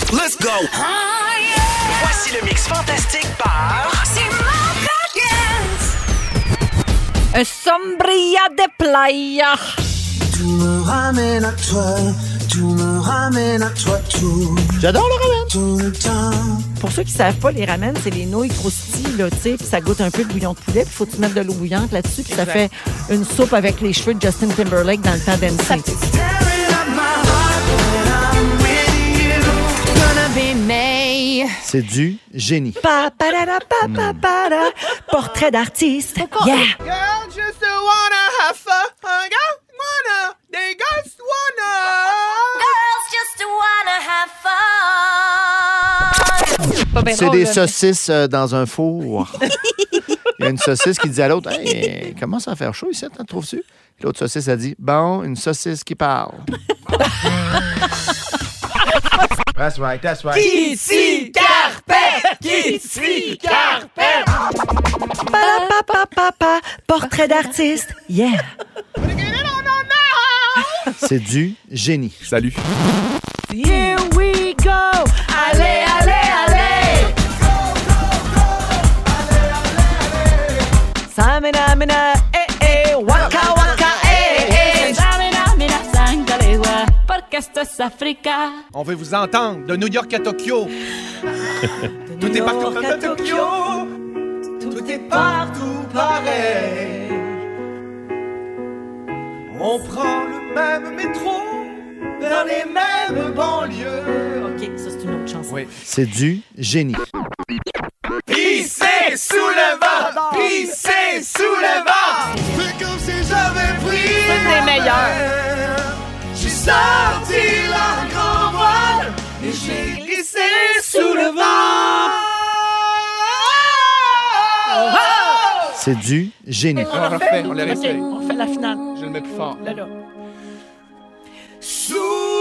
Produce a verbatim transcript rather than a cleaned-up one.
Let's go! Oh, yeah. Voici le mix fantastique par... Sombría de playa. Tout me ramène à toi, tout me ramène à toi, tout. J'adore le ramen. Tout le temps. Pour ceux qui savent pas, les ramen, c'est les nouilles croustilles, là, tu sais, puis ça goûte un peu le bouillon de poulet, puis faut que tu mettes de l'eau bouillante là-dessus, puis ça fait une soupe avec les cheveux de Justin Timberlake dans le temps d'N Sync. C'est du génie. Pa, pa, da, da, pa, pa, pa, da. Portrait d'artiste. Yeah. Girl just wanna have fun. Girl wanna, they just wanna. Girls just wanna have fun. Pas bien C'est drôle, des là, saucisses euh, dans un four. Il y a une saucisse qui dit à l'autre, hey, commence à faire chaud ici, t'en trouves-tu? L'autre saucisse a dit, bon, une saucisse qui parle. That's right, that's right. Qui suit Carpet? Qui suit Carpet? Pa, pa, pa, pa, pa. Portrait d'artiste. Yeah. C'est du génie. Salut. Here we go. Allez, allez, allez. Samina, mina, eh, eh. Waka, waka, eh, eh. On veut vous entendre de New York à Tokyo. Tout est partout à Tokyo. Tout est partout pareil. On prend le même métro dans les mêmes banlieues. OK, ça, c'est une autre chanson. Oui. C'est du génie. Pisser sous le vent, pisser sous le vent. C'est comme si j'avais pris C'est des meilleurs. J'ai sorti la grand voile et j'ai glissé sous le vent. C'est du génie. On l'a refait, on l'a OK, refait. on fait la finale. Je le mets plus fort. Là, là. Sous